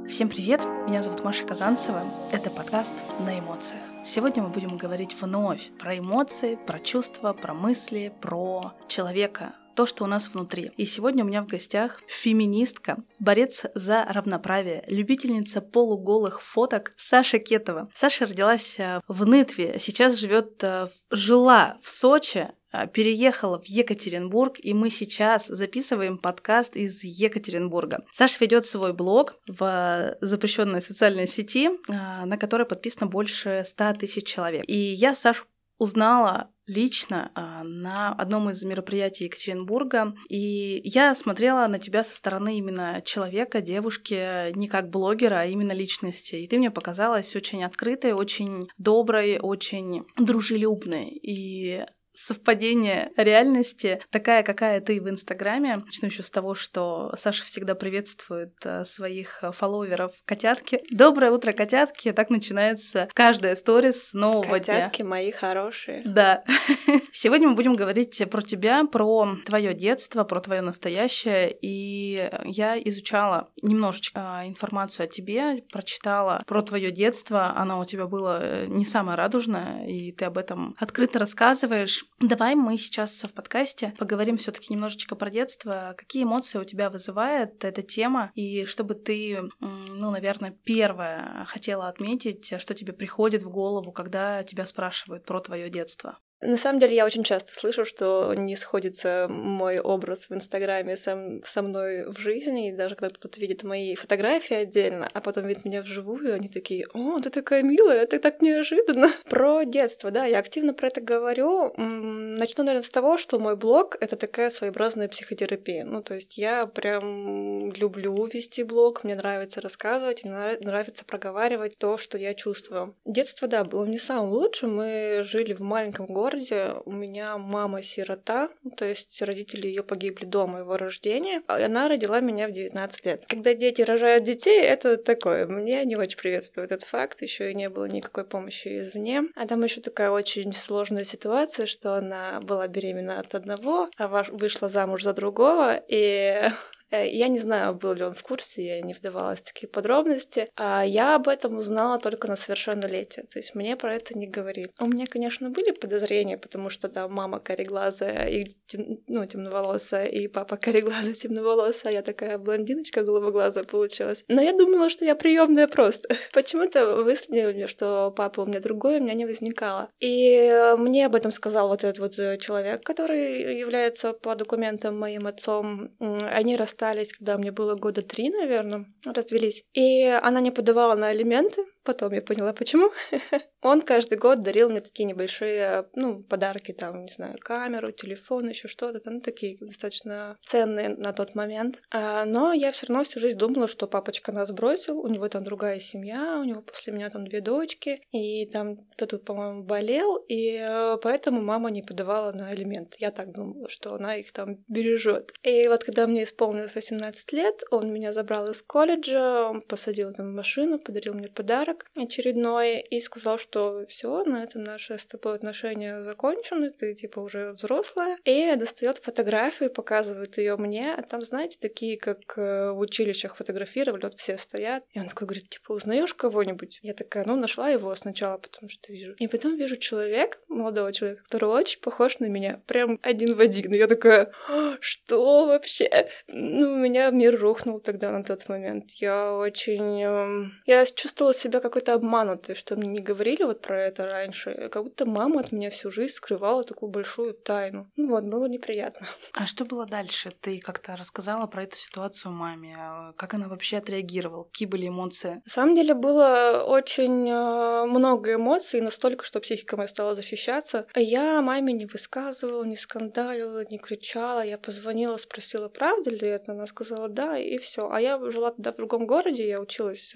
Всем привет! Меня зовут Маша Казанцева. Это подкаст «На эмоциях». Сегодня мы будем говорить вновь про эмоции, про чувства, про мысли, про человека, то, что у нас внутри. И сегодня у меня в гостях феминистка, борец за равноправие, любительница полуголых фоток Саша Кетова. Саша родилась в Нытве, сейчас жила в Сочи, переехала в Екатеринбург, и мы сейчас записываем подкаст из Екатеринбурга. Саша ведет свой блог в запрещенной социальной сети, на которой подписано больше 100 тысяч человек. И я Сашу узнала лично на одном из мероприятий Екатеринбурга, и я смотрела на тебя со стороны именно человека, девушки, не как блогера, а именно личности. И ты мне показалась очень открытой, очень доброй, очень дружелюбной. И совпадение реальности такая, какая ты в Инстаграме. Начну еще с того, что Саша всегда приветствует своих фолловеров котятки. Доброе утро, котятки! Так начинается каждая сторис нового дня. Котятки мои хорошие. Да. Сегодня мы будем говорить про тебя, про твое детство, про твое настоящее. И я изучала немножечко информацию о тебе, прочитала про твое детство. Оно у тебя было не самое радужное, и ты об этом открыто рассказываешь. Давай мы сейчас в подкасте поговорим все-таки немножечко про детство. Какие эмоции у тебя вызывает эта тема? И чтобы ты, наверное, первое хотела отметить, что тебе приходит в голову, когда тебя спрашивают про твое детство. На самом деле, я очень часто слышу, что не сходится мой образ в Инстаграме со мной в жизни, и даже когда кто-то видит мои фотографии отдельно, а потом видит меня вживую, они такие: «О, ты такая милая, это так неожиданно». Про детство, да, я активно про это говорю. Начну, наверное, с того, что мой блог — это такая своеобразная психотерапия. То есть я прям люблю вести блог, мне нравится рассказывать, мне нравится проговаривать то, что я чувствую. Детство, да, было не самым лучшим. Мы жили в маленьком городе. У меня мама сирота, то есть родители ее погибли до моего рождения, и она родила меня в 19 лет. Когда дети рожают детей, это такое. Мне не очень приветствую этот факт, еще и не было никакой помощи извне. А там еще такая очень сложная ситуация, что она была беременна от одного, а вышла замуж за другого, и я не знаю, был ли он в курсе, я не вдавалась в такие подробности. А я об этом узнала только на совершеннолетие. То есть мне про это не говорили. У меня, конечно, были подозрения, потому что там мама кореглазая и темноволосая, и папа кореглазый, темноволосая, а я такая блондиночка голубоглазая получилась. Но я думала, что я приемная просто. Почему-то выяснили, что папа у меня другой, у меня не возникало. И мне об этом сказал вот этот вот человек, который является по документам моим отцом. Они расстались, когда мне было 3 года, наверное, развелись. И она не подавала на алименты. Потом я поняла, почему. Он каждый год дарил мне такие небольшие, подарки, там, не знаю, камеру, телефон, еще что-то, там, такие достаточно ценные на тот момент. Но я все равно всю жизнь думала, что папочка нас бросил, у него там другая семья, у него после меня там 2 дочки, и там кто-то, по-моему, болел, и поэтому мама не подавала на алименты. Я так думала, что она их там бережет. И вот когда мне исполнилось 18 лет, он меня забрал из колледжа, он посадил там в машину, подарил мне подарок очередной и сказал, что все, на этом наши с тобой отношения закончены, ты типа уже взрослая. И достает фотографию, показывает ее мне, а там, знаете, такие, как в училищах фотографировали, вот все стоят. И он такой говорит, типа, узнаешь кого-нибудь? Я такая, нашла его сначала, потому что вижу. И потом вижу молодого человека, который очень похож на меня, прям один в один. И я такая, что вообще? У меня мир рухнул тогда на тот момент. Я чувствовала себя какой-то обманутой, что мне не говорили вот про это раньше. Как будто мама от меня всю жизнь скрывала такую большую тайну. Было неприятно. А что было дальше? Ты как-то рассказала про эту ситуацию маме? Как она вообще отреагировала? Какие были эмоции? На самом деле было очень много эмоций, настолько, что психика моя стала защищаться. Я маме не высказывала, не скандалила, не кричала. Я позвонила, спросила, правда ли это? Она сказала, да, и все. А я жила тогда в другом городе, я училась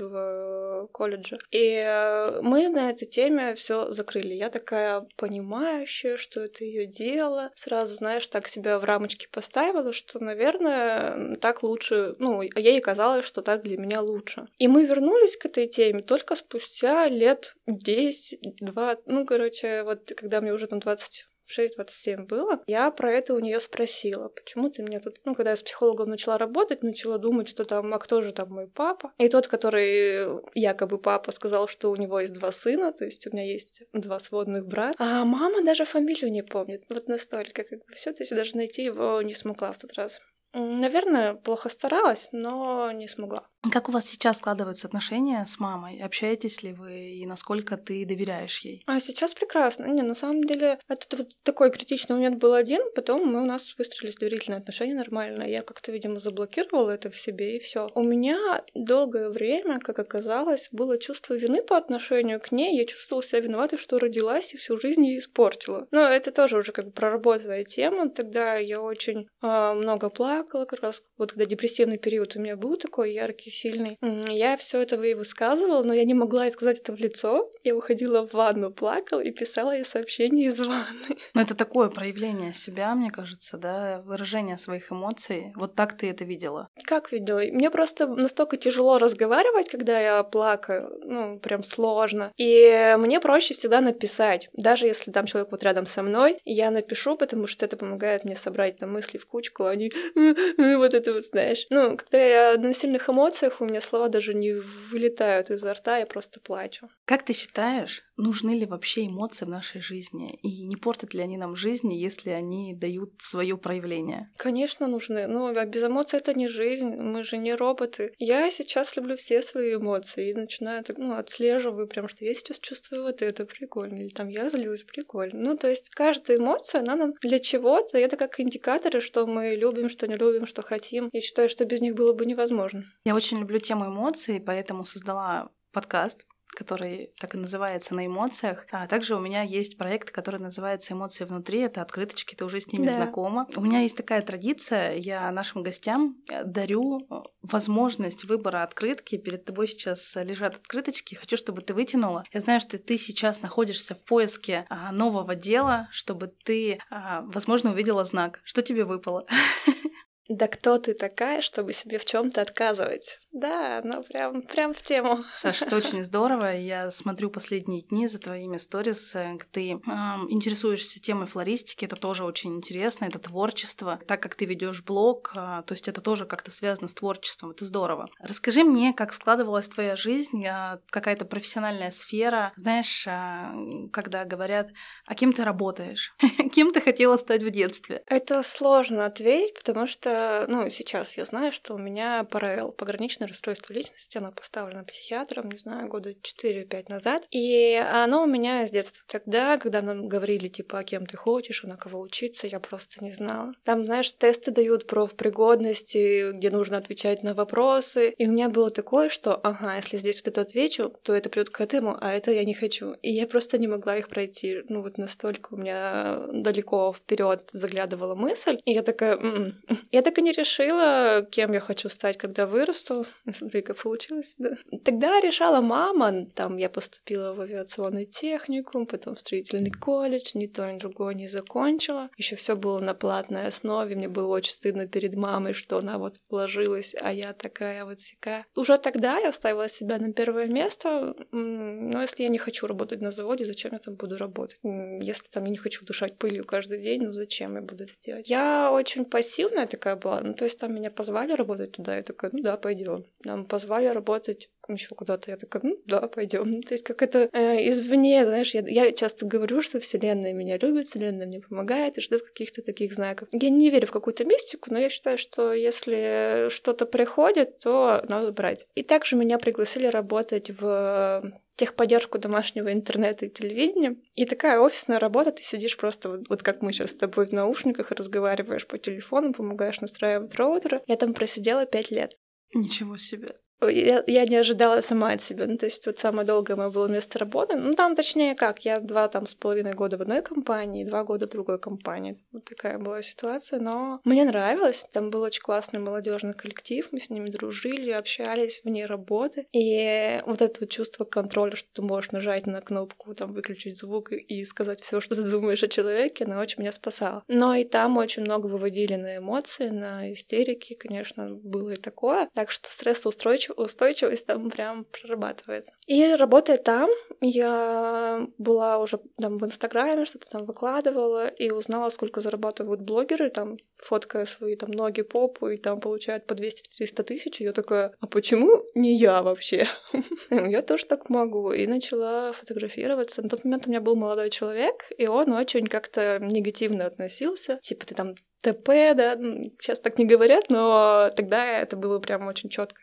в колледже. И мы на этой теме все закрыли. Я такая понимающая, что это ее дело. Сразу, знаешь, так себя в рамочки поставила, что, наверное, так лучше. Ей казалось, что так для меня лучше. И мы вернулись к этой теме только спустя лет 10, 20. Вот когда мне уже там 20 6-27 было, я про это у нее спросила. Почему ты меня тут... когда я с психологом начала работать, начала думать, что там, а кто же там мой папа? И тот, который якобы папа, сказал, что у него есть 2 сына, то есть у меня есть 2 сводных брата. А мама даже фамилию не помнит. Вот настолько всё, то есть даже найти его не смогла в тот раз. Наверное, плохо старалась, но не смогла. Как у вас сейчас складываются отношения с мамой? Общаетесь ли вы и насколько ты доверяешь ей? А сейчас прекрасно. На самом деле, это вот такой критичный момент был один, потом у нас выстроились доверительные отношения нормально. Я как-то, видимо, заблокировала это в себе, и все. У меня долгое время, как оказалось, было чувство вины по отношению к ней. Я чувствовала себя виноватой, что родилась и всю жизнь ей испортила. Но это тоже уже проработанная тема. Тогда я очень много плакала, как раз вот когда депрессивный период у меня был такой яркий, сильный. Я все это ей высказывала, но я не могла сказать это в лицо. Я уходила в ванну, плакала и писала ей сообщения из ванны. Ну, это такое проявление себя, мне кажется, да, выражение своих эмоций. Вот так ты это видела? Как видела? Мне просто настолько тяжело разговаривать, когда я плакаю, прям сложно. И мне проще всегда написать. Даже если там человек вот рядом со мной, я напишу, потому что это помогает мне собрать там мысли в кучку, они вот это вот, знаешь. Когда я на сильных эмоциях, у меня слова даже не вылетают изо рта, я просто плачу. Как ты считаешь, нужны ли вообще эмоции в нашей жизни? И не портят ли они нам жизни, если они дают свое проявление? Конечно, нужны. А без эмоций это не жизнь. Мы же не роботы. Я сейчас люблю все свои эмоции и начинаю отслеживаю прям, что я сейчас чувствую вот это прикольно. Или там я злюсь, прикольно. То есть каждая эмоция, она нам для чего-то. Это как индикаторы, что мы любим, что не любим, что хотим. Я считаю, что без них было бы невозможно. Я очень люблю тему эмоций, поэтому создала подкаст, который так и называется «На эмоциях». А также у меня есть проект, который называется «Эмоции внутри». Это открыточки, ты уже с ними знакома. У меня есть такая традиция, я нашим гостям дарю возможность выбора открытки. Перед тобой сейчас лежат открыточки. Хочу, чтобы ты вытянула. Я знаю, что ты сейчас находишься в поиске нового дела, чтобы ты, возможно, увидела знак. Что тебе выпало? Да кто ты такая, чтобы себе в чем-то отказывать? Да, прям в тему. Саша, это очень здорово. Я смотрю последние дни за твоими сторис. Ты интересуешься темой флористики, это тоже очень интересно, это творчество. Так как ты ведешь блог, то есть это тоже как-то связано с творчеством, это здорово. Расскажи мне, как складывалась твоя жизнь, какая-то профессиональная сфера. Знаешь, когда говорят, а кем ты работаешь? Кем ты хотела стать в детстве? Это сложно ответить, потому что сейчас я знаю, что у меня ПРЛ, пограничное расстройство личности, оно поставлено психиатром, не знаю, года 4-5 назад. И оно у меня с детства. Тогда, когда нам говорили, а кем ты хочешь, на кого учиться, я просто не знала. Там, знаешь, тесты дают профпригодности, где нужно отвечать на вопросы. И у меня было такое, что, если здесь вот это отвечу, то это придёт к этому, а это я не хочу. И я просто не могла их пройти. Настолько у меня далеко вперед заглядывала мысль. И я такая... Я так и не решила, кем я хочу стать, когда вырасту. Смотри, как получилось, да. Тогда решала мама. Там я поступила в авиационный техникум, потом в строительный колледж. Ни то, ни другое не закончила. Еще все было на платной основе. Мне было очень стыдно перед мамой, что она вот вложилась, а я такая вот сякая. Уже тогда я ставила себя на первое место. Но если я не хочу работать на заводе, зачем я там буду работать? Если там я не хочу дышать пылью каждый день, зачем я буду это делать? Я очень пассивная такая была. То есть там меня позвали работать туда, я такая, да, пойдем. Там позвали работать еще куда-то, я такая, да, пойдем. То есть как это извне, знаешь, я часто говорю, что Вселенная меня любит, Вселенная мне помогает, и жду каких-то таких знаков. Я не верю в какую-то мистику, но я считаю, что если что-то приходит, то надо брать. И также меня пригласили работать в техподдержку домашнего интернета и телевидения. И такая офисная работа, ты сидишь просто вот как мы сейчас с тобой в наушниках разговариваешь по телефону, помогаешь настраивать роутеры. Я там просидела 5 лет. Ничего себе. Я не ожидала сама от себя. То есть вот самое долгое мое было место работы. Там точнее как, я 2,5 года в одной компании, 2 года в другой компании. Вот такая была ситуация, но мне нравилось. Там был очень классный молодежный коллектив, мы с ними дружили, общались вне работы. И вот это вот чувство контроля, что ты можешь нажать на кнопку, выключить звук и сказать все, что ты думаешь о человеке, оно очень меня спасало. Но и там очень много выводили на эмоции, на истерики, конечно, было и такое. Так что стрессоустойчивость устойчивость там прям прорабатывается. И работая там, я была уже там в Инстаграме, что-то там выкладывала и узнала, сколько зарабатывают блогеры, там, фоткая свои там ноги, попу, и там получают по 200-300 тысяч. И я такая, а почему не я вообще? Я тоже так могу. И начала фотографироваться. На тот момент у меня был молодой человек, и он очень как-то негативно относился. Типа, ты там ТП, да, сейчас так не говорят, но тогда это было прям очень четко.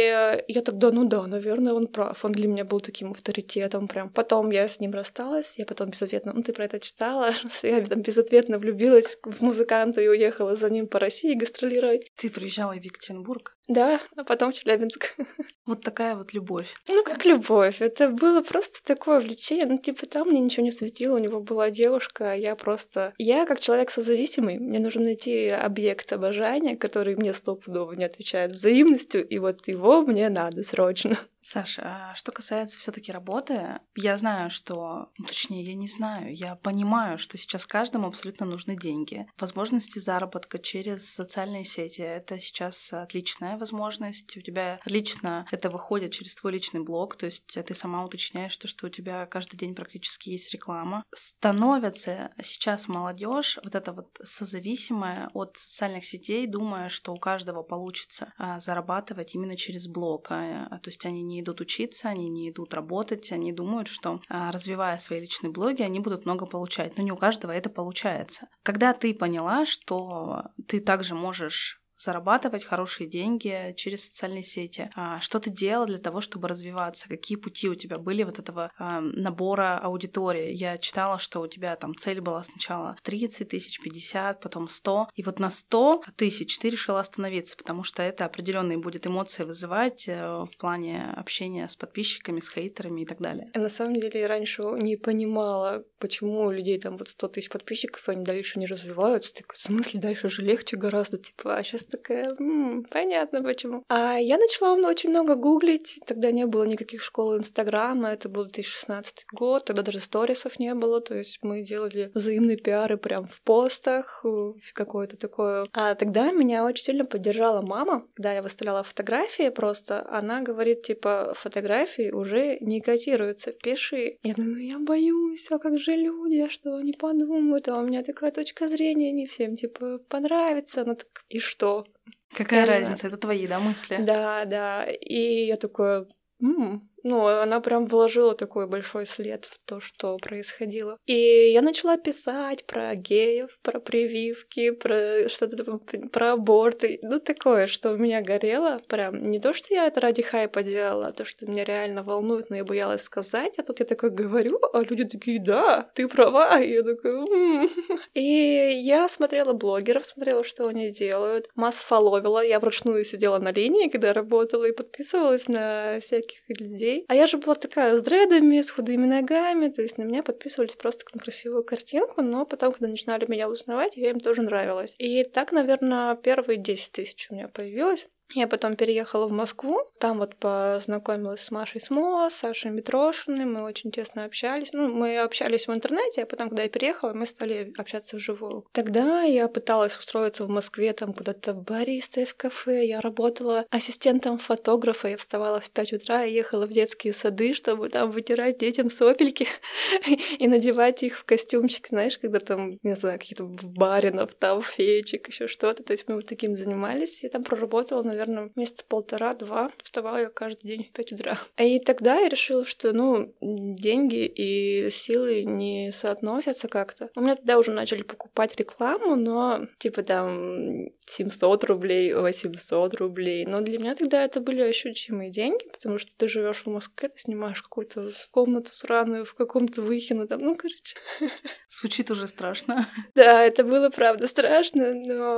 И я тогда, ну да, наверное, он прав. Он для меня был таким авторитетом прям. Потом я с ним рассталась, я потом безответно, ты про это читала, я там безответно влюбилась в музыканта и уехала за ним по России гастролировать. Ты приезжала в Екатеринбург? Да, а потом в Челябинск. Вот такая вот любовь. Ну, как любовь. Это было просто такое влечение. Ну, типа, там мне ничего не светило, у него была девушка, а я просто... Я, как человек созависимый, мне нужно найти объект обожания, который мне стопудово не отвечает взаимностью, и вот его мне надо срочно. Саша, а что касается все-таки работы, я знаю, что, точнее, я не знаю, я понимаю, что сейчас каждому абсолютно нужны деньги. Возможности заработка через социальные сети — это сейчас отличная возможность. У тебя отлично это выходит через твой личный блог, то есть ты сама уточняешь, что у тебя каждый день практически есть реклама. Становится сейчас молодежь вот эта вот созависимая от социальных сетей, думая, что у каждого получится зарабатывать именно через блог. То есть они не идут учиться, они не идут работать, они думают, что, развивая свои личные блоги, они будут много получать. Но не у каждого это получается. Когда ты поняла, что ты также можешь зарабатывать хорошие деньги через социальные сети. Что ты делала для того, чтобы развиваться? Какие пути у тебя были вот этого набора аудитории? Я читала, что у тебя там цель была сначала 30 тысяч, 50, потом 100. И вот на 100 тысяч ты решила остановиться, потому что это определенные будет эмоции вызывать в плане общения с подписчиками, с хейтерами и так далее. На самом деле, я раньше не понимала, почему у людей там вот 100 тысяч подписчиков, они дальше не развиваются. Так, в смысле, дальше же легче гораздо, типа, а сейчас такая, понятно почему. А я начала очень много гуглить, тогда не было никаких школ Инстаграма, это был 2016 год, тогда даже сторисов не было, то есть мы делали взаимные пиары прям в постах, какое-то такое. А тогда меня очень сильно поддержала мама, когда я выставляла фотографии просто, она говорит, типа, фотографии уже не котируются, пиши. Я думаю, я боюсь, а как же люди, а что они подумают, а у меня такая точка зрения, не всем, типа, понравится, она так, и что? Какая разница? Это твои, да, мысли? Да. И я такое... Ну, она прям вложила такой большой след в то, что происходило. И я начала писать про геев, про прививки, про что-то про аборты. Ну, такое, что у меня горело. Прям не то, что я это ради хайпа делала, а то, что меня реально волнует, но я боялась сказать. А тут я такая говорю, а люди такие, да, ты права. И я такая, И я смотрела блогеров, смотрела, что они делают. Масс-фолловила. Я вручную сидела на линии, когда работала, и подписывалась на всяких людей. А я же была такая с дредами, с худыми ногами, то есть на меня подписывались просто на красивую картинку, но потом, когда начинали меня узнавать, я им тоже нравилась. И так, наверное, первые 10 тысяч у меня появилось. Я потом переехала в Москву, там вот познакомилась с Машей Смо, с Сашей Митрошиной, мы очень тесно общались. Ну, мы общались в интернете, а потом, когда я переехала, мы стали общаться вживую. Тогда я пыталась устроиться в Москве, там куда-то баристой в кафе, я работала ассистентом фотографа, я вставала в 5 утра и ехала в детские сады, чтобы там вытирать детям сопельки и надевать их в костюмчик, знаешь, когда там, не знаю, какие-то баринов, там феечек, еще что-то. То есть мы вот таким занимались, я там проработала, наверное, месяца 1,5-2, вставала я каждый день в 5 утра. И тогда я решила, что, деньги и силы не соотносятся как-то. У меня тогда уже начали покупать рекламу, но, типа, там, 700 рублей, 800 рублей. Но для меня тогда это были ощутимые деньги, потому что ты живешь в Москве, ты снимаешь какую-то комнату сраную в каком-то Выхино, там, короче. Звучит уже страшно. Да, это было, правда, страшно,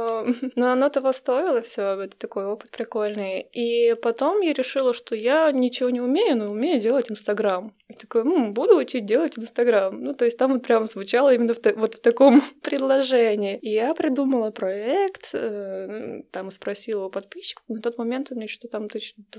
но оно того стоило, все, это такой опыт прикольный. И потом я решила, что я ничего не умею, но умею делать Инстаграм. И такой, буду учить делать Инстаграм. Ну, то есть там вот прям звучало именно вот в таком предложении. И я придумала проект, там спросила у подписчиков. На тот момент у меня что-то там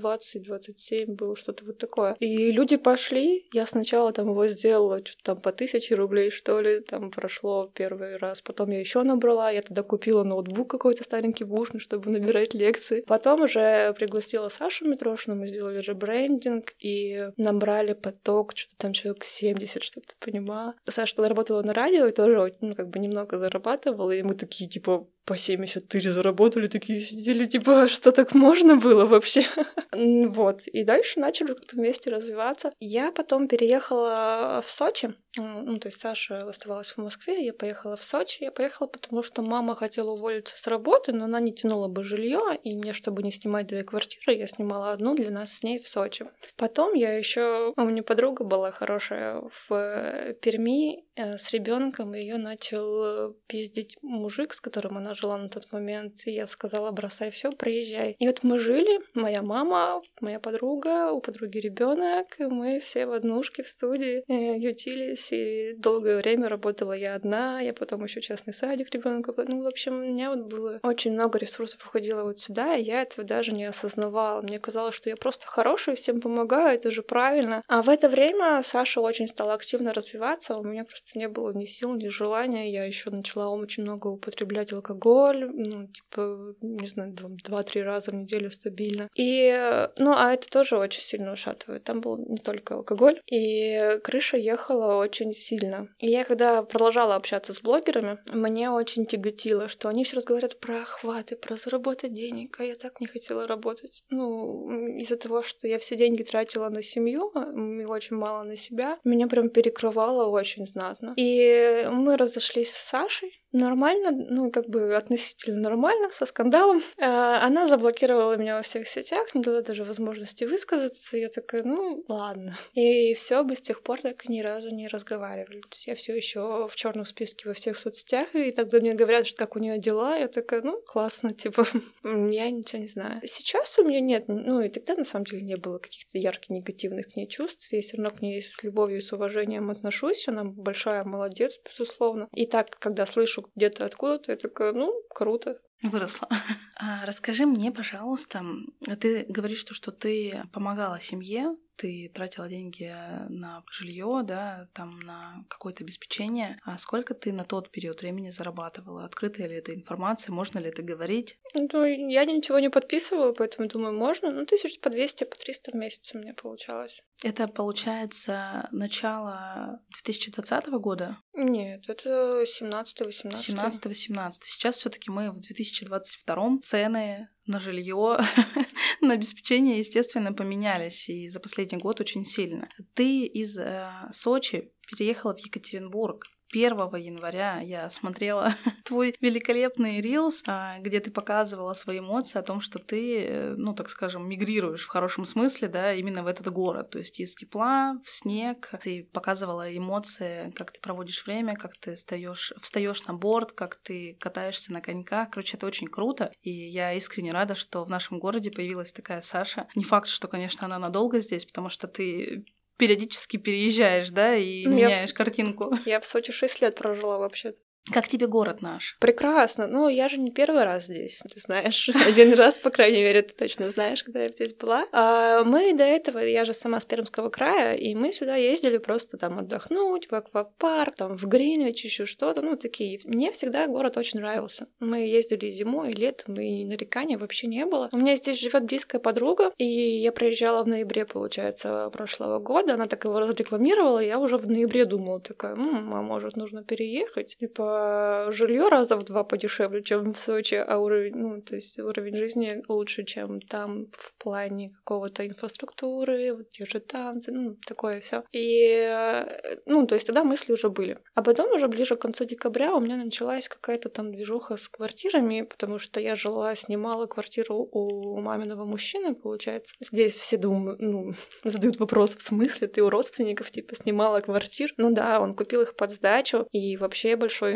20-27 было, что-то вот такое. И люди пошли. Я сначала там его сделала что-то там по 1000 рублей, что ли. Там прошло первый раз. Потом я еще набрала. Я тогда купила ноутбук какой-то старенький бушный, чтобы набирать лекции. Потом уже пригласила Сашу Митрошину, мы сделали ребрендинг и набрали поток, что-то там человек 70, чтобы ты понимала. Саша тогда работала на радио и тоже, немного зарабатывала, и мы такие, типа, по 70 тысяч заработали, такие сидели, типа, что так можно было вообще? Вот. И дальше начали как-то вместе развиваться. Я потом переехала в Сочи. То есть Саша оставалась в Москве, я поехала в Сочи. Я поехала, потому что мама хотела уволиться с работы, но она не тянула бы жилье, и мне, чтобы не снимать 2 квартиры, я снимала одну для нас с ней в Сочи. Потом я еще, у меня подруга была хорошая в Перми с ребенком, и ее начал пиздить мужик, с которым она жила на тот момент. И я сказала, бросай все, приезжай. И вот мы жили, моя мама, моя подруга, у подруги ребенок, и мы все в однушке в студии ютились, и долгое время работала я одна, я потом еще частный садик ребенку. В общем, у меня вот было очень много ресурсов уходило вот сюда, и я этого даже не осознавала. Мне казалось, что я просто хорошая, всем помогаю, это же правильно. А в это время Саша очень стала активно развиваться, у меня просто не было ни сил, ни желания. Я еще начала очень много употреблять алкоголь, не знаю, 2-3 раза в неделю стабильно. И, а это тоже очень сильно ушатывает. Там был не только алкоголь, и крыша ехала очень сильно. И я, когда продолжала общаться с блогерами, мне очень тяготило, что они все раз говорят про охваты, про заработать денег, а я так не хотела работать. Из-за того, что я все деньги тратила на семью, и очень мало на себя, меня прям перекрывало очень знатно. И мы разошлись с Сашей. Нормально, относительно нормально, со скандалом. Она заблокировала меня во всех сетях, не дала даже возможности высказаться. Я такая, ладно. И все, мы с тех пор так ни разу не разговаривали. То есть я все еще в черном списке во всех соцсетях, и тогда мне говорят, что как у нее дела, я такая, классно, я ничего не знаю. Сейчас у меня нет, и тогда на самом деле не было каких-то ярких негативных к ней чувств. Я все равно к ней с любовью и с уважением отношусь. Она большая молодец, безусловно. И так, когда слышу где-то откуда-то, я такая, круто. Выросла. Расскажи мне, пожалуйста, ты говоришь, что ты помогала семье, ты тратила деньги на жилье, да, там на какое-то обеспечение. А сколько ты на тот период времени зарабатывала? Открытая ли эта информация? Можно ли это говорить? Я ничего не подписывала, поэтому думаю, можно. 1000 по 200, по 300 в месяц у меня получалось. Это, получается, начало 2020 года? Нет, это 17-18. 17-18. Сейчас все-таки мы в 2022. Цены на жилье, на обеспечение, естественно, поменялись, и за последний год очень сильно. Ты из Сочи переехала в Екатеринбург. 1 января я смотрела твой великолепный рилс, где ты показывала свои эмоции о том, что ты, так скажем, мигрируешь в хорошем смысле, да, именно в этот город. То есть из тепла в снег. Ты показывала эмоции, как ты проводишь время, как ты встаешь на борт, как ты катаешься на коньках. Короче, это очень круто. И я искренне рада, что в нашем городе появилась такая Саша. Не факт, что, конечно, она надолго здесь, потому что ты периодически переезжаешь, да, и меняешь картинку. Я в Сочи 6 лет прожила вообще-то. Как тебе город наш? Прекрасно. Я же не первый раз здесь, ты знаешь. 1 раз, по крайней мере, ты точно знаешь, когда я здесь была. Мы до этого, я же сама с Пермского края, и мы сюда ездили просто там отдохнуть, в аквапарк, там в Гринвич, еще что-то, такие. Мне всегда город очень нравился. Мы ездили зимой, и летом, и нареканий вообще не было. У меня здесь живет близкая подруга, и я приезжала в ноябре, получается, прошлого года, она так его разрекламировала, и я уже в ноябре думала, такая, может, нужно переехать, жилье раза в 2 подешевле, чем в Сочи, а уровень жизни лучше, чем там в плане какого-то инфраструктуры, вот те же танцы, такое все. И, то есть тогда мысли уже были. А потом уже ближе к концу декабря у меня началась какая-то там движуха с квартирами, потому что я снимала квартиру у маминого мужчины, получается. Здесь все думают, задают вопрос, в смысле, ты у родственников, снимала квартир? Да, он купил их под сдачу, и вообще большой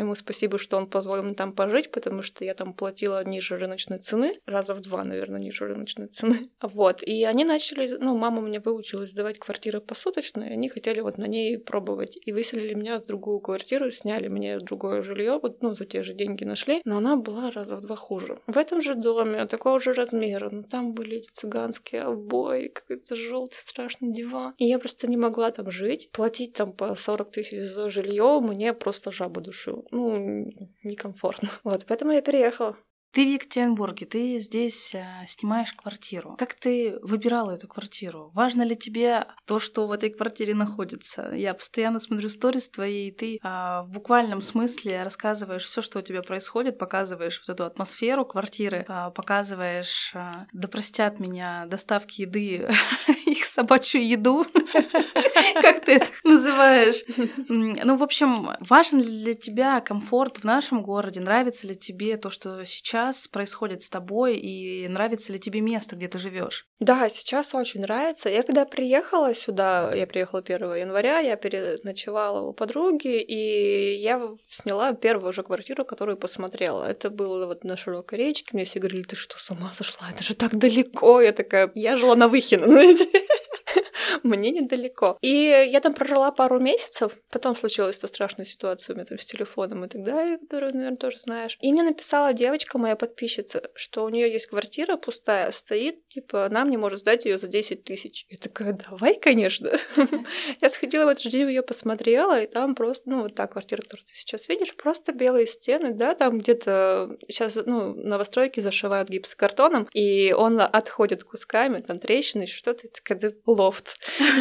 ему спасибо, что он позволил мне там пожить, потому что я там платила ниже рыночной цены, раза в 2, наверное, ниже рыночной цены. Вот. И они начали, мама мне выучилась сдавать квартиры посуточно, и они хотели вот на ней пробовать. И выселили меня в другую квартиру, сняли мне другое жилье, вот, за те же деньги нашли, но она была раза в 2 хуже. В этом же доме, такого же размера, но там были эти цыганские обои, какой-то желтый страшный диван. И я просто не могла там жить. Платить там по 40 тысяч за жилье мне просто жаба душила. Некомфортно. Вот, поэтому я переехала. Ты в Екатеринбурге, ты здесь снимаешь квартиру. Как ты выбирала эту квартиру? Важно ли тебе то, что в этой квартире находится? Я постоянно смотрю сторис твои, и ты в буквальном смысле рассказываешь все, что у тебя происходит, показываешь вот эту атмосферу квартиры, показываешь, да простят меня, доставки еды, их собачью еду, как ты это называешь. В общем, важен ли для тебя комфорт в нашем городе? Нравится ли тебе то, что сейчас происходит с тобой, и нравится ли тебе место, где ты живешь? Да, сейчас очень нравится. Я когда приехала сюда, я приехала 1 января, я переночевала у подруги, и я сняла первую же квартиру, которую посмотрела. Это было вот на Широкой речке. Мне все говорили: ты что, с ума сошла? Это же так далеко. Я такая, я жила на Выхино, знаете. Мне недалеко. И я там прожила пару месяцев. Потом случилась эта страшная ситуация у меня там с телефоном и так далее, которую, наверное, тоже знаешь. И мне написала девочка, моя подписчица, что у нее есть квартира пустая, стоит, типа, она мне может сдать ее за 10 тысяч. Я такая, давай, конечно. Я сходила в этот же день, ее посмотрела, и там просто, вот та квартира, которую ты сейчас видишь, просто белые стены, да, там где-то сейчас, новостройки зашивают гипсокартоном, и он отходит кусками, там трещины, что-то, это как лофт.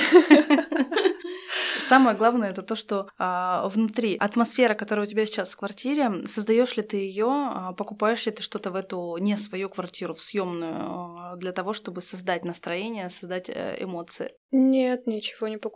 Самое главное это то, что внутри атмосфера, которая у тебя сейчас в квартире, создаешь ли ты ее, покупаешь ли ты что-то в эту не свою квартиру, в съемную, для того, чтобы создать настроение, создать эмоции? Нет, ничего не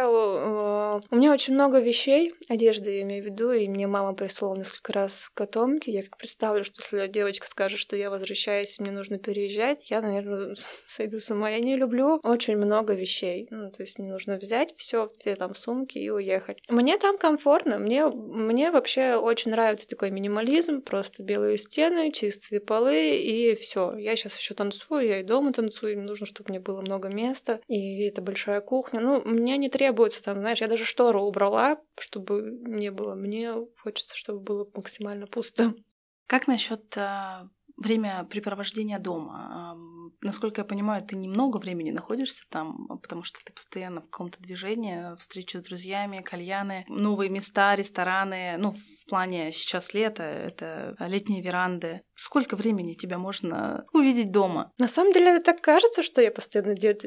покупаю. У меня очень много вещей, одежды я имею в виду, и мне мама прислала несколько раз котомки. Я как представлю, что если девочка скажет, что я возвращаюсь, и мне нужно переезжать, я, наверное, сойду с ума. Я не люблю очень много вещей. То есть мне нужно взять все, 2 там сумки и уехать. Мне там комфортно. Мне вообще очень нравится такой минимализм, просто белые стены, чистые полы и все. Я сейчас еще танцую, я и дома танцую, мне нужно, чтобы мне было много места, и это большая кухня. Мне не требуется там, знаешь, я даже штору убрала, чтобы не было. Мне хочется, чтобы было максимально пусто. Как насчет времяпрепровождения дома? Насколько я понимаю, ты немного времени находишься там, потому что ты постоянно в каком-то движении, встречи с друзьями, кальяны, новые места, рестораны. В плане сейчас лето, это летние веранды. Сколько времени тебя можно увидеть дома? На самом деле, так кажется, что я постоянно где-то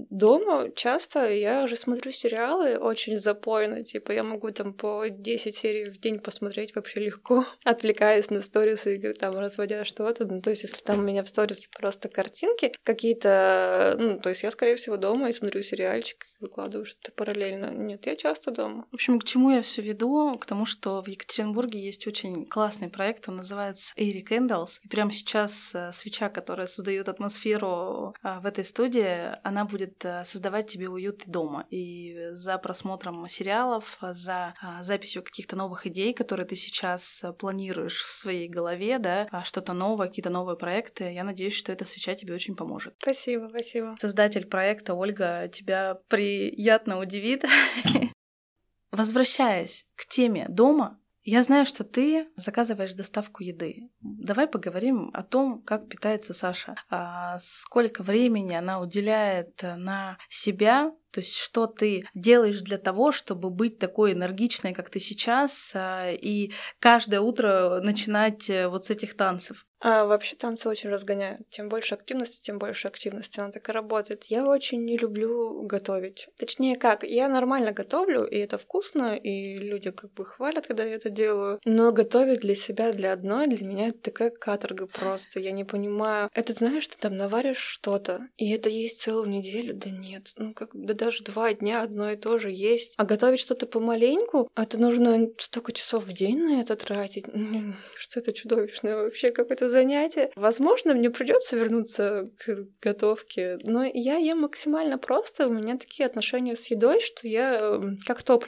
дома. Часто я уже смотрю сериалы очень запойно. Типа я могу там по 10 серий в день посмотреть вообще легко, отвлекаясь на сторисы и там разводя что-то. То есть, если там у меня в сторис просто картинки какие-то, то есть я, скорее всего, дома и смотрю сериальчик, и выкладываю что-то параллельно. Нет, я часто дома. В общем, к чему я все веду? К тому, что в Екатеринбурге есть очень классный проект, он называется Airy Candles. И прямо сейчас свеча, которая создает атмосферу в этой студии, она будет создавать тебе уют дома. И за просмотром сериалов, за записью каких-то новых идей, которые ты сейчас планируешь в своей голове, да, что-то новое, какие-то новые проекты, я надеюсь, что эта свеча тебе очень поможет. Спасибо, спасибо. Создатель проекта Ольга тебя приятно удивит. Возвращаясь к теме дома, я знаю, что ты заказываешь доставку еды. Давай поговорим о том, как питается Саша. Сколько времени она уделяет на себя, то есть что ты делаешь для того, чтобы быть такой энергичной, как ты сейчас, и каждое утро начинать вот с этих танцев. Вообще танцы очень разгоняют. Чем больше активности, тем больше активности. Она так и работает. Я очень не люблю готовить. Точнее как, я нормально готовлю, и это вкусно, и люди как бы хвалят, когда я это делаю. Но готовить для себя, для одной, для меня это такая каторга просто. Я не понимаю. Это, знаешь, ты там наваришь что-то, и это есть целую неделю? Да нет. Да даже 2 дня одно и то же есть. А готовить что-то помаленьку, это нужно столько часов в день на это тратить. Что это чудовищное вообще какое-то занятие. Возможно, мне придется вернуться к готовке, но я ем максимально просто. У меня такие отношения с едой, что я как топливо.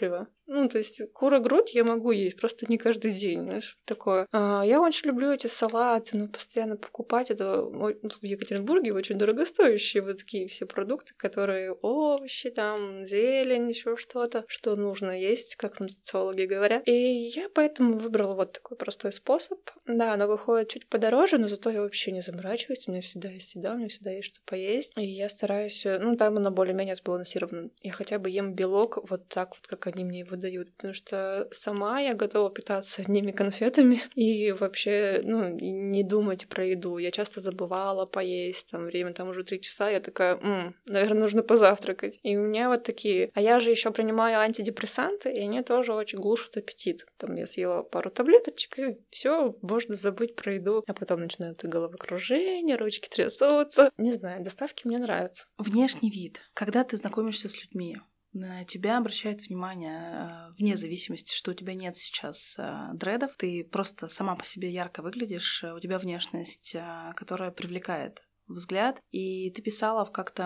Ну, то есть кура-грудь я могу есть, просто не каждый день, знаешь, такое. Я очень люблю эти салаты, но постоянно покупать это в Екатеринбурге очень дорогостоящие вот такие все продукты, которые овощи, там, зелень, еще что-то, что нужно есть, как нутрициологи говорят. И я поэтому выбрала вот такой простой способ. Да, оно выходит чуть подороже, но зато я вообще не заморачиваюсь, у меня всегда есть еда, у меня всегда есть что поесть. И я стараюсь, ну, там оно более-менее сбалансировано. Я хотя бы ем белок вот так вот, как они мне его дают, потому что сама я готова питаться одними конфетами и вообще, ну, не думать про еду. Я часто забывала поесть, там, время там уже 3 часа, я такая, наверное, нужно позавтракать. И у меня вот такие... А я же еще принимаю антидепрессанты, и они тоже очень глушат аппетит. Там я съела пару таблеточек, и все, можно забыть про еду. А потом начинается головокружение, ручки трясутся. Не знаю, доставки мне нравятся. Внешний вид. Когда ты знакомишься с людьми, на тебя обращают внимание, вне зависимости, что у тебя нет сейчас дредов, ты просто сама по себе ярко выглядишь, у тебя внешность, которая привлекает взгляд, и ты писала как-то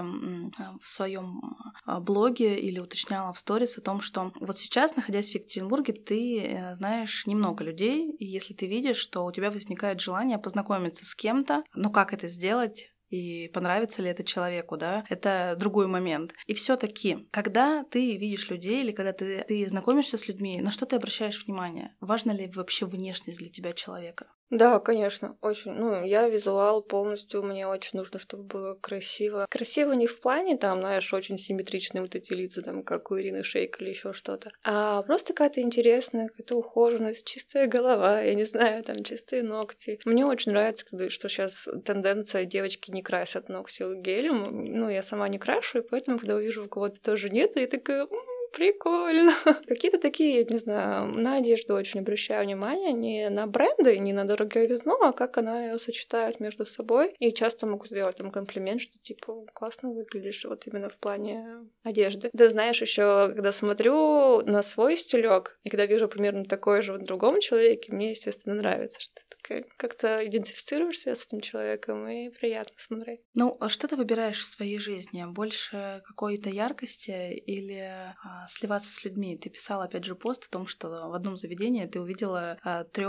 в своем блоге или уточняла в сторис о том, что вот сейчас, находясь в Екатеринбурге, ты знаешь немного людей, и если ты видишь, что у тебя возникает желание познакомиться с кем-то, но как это сделать? И понравится ли это человеку, да, это другой момент. И все-таки, когда ты видишь людей или когда ты знакомишься с людьми, на что ты обращаешь внимание? Важна ли вообще внешность для тебя человека? Да, конечно, очень. Ну, я визуал полностью, мне очень нужно, чтобы было красиво. Красиво не в плане, там, знаешь, очень симметричные вот эти лица, там, как у Ирины Шейк или еще что-то, а просто какая-то интересная, какая-то ухоженность, чистая голова, я не знаю, там, чистые ногти. Мне очень нравится, что сейчас тенденция, девочки не красят ногти гелем. Ну, я сама не крашу, и поэтому, когда увижу, у кого-то тоже нет, я такая... Прикольно. Какие-то такие, я не знаю, на одежду очень обращаю внимание, не на бренды, не на дороговизну, а как она ее сочетает между собой. И часто могу сделать там комплимент, что типа классно выглядишь вот именно в плане одежды. Ты знаешь, еще когда смотрю на свой стилек, и когда вижу примерно такой же в другом человеке, мне, естественно, нравится, что ты как-то идентифицируешься с этим человеком, и приятно смотреть. Ну, а что ты выбираешь в своей жизни? Больше какой-то яркости или сливаться с людьми? Ты писала, опять же, пост о том, что в одном заведении ты увидела 3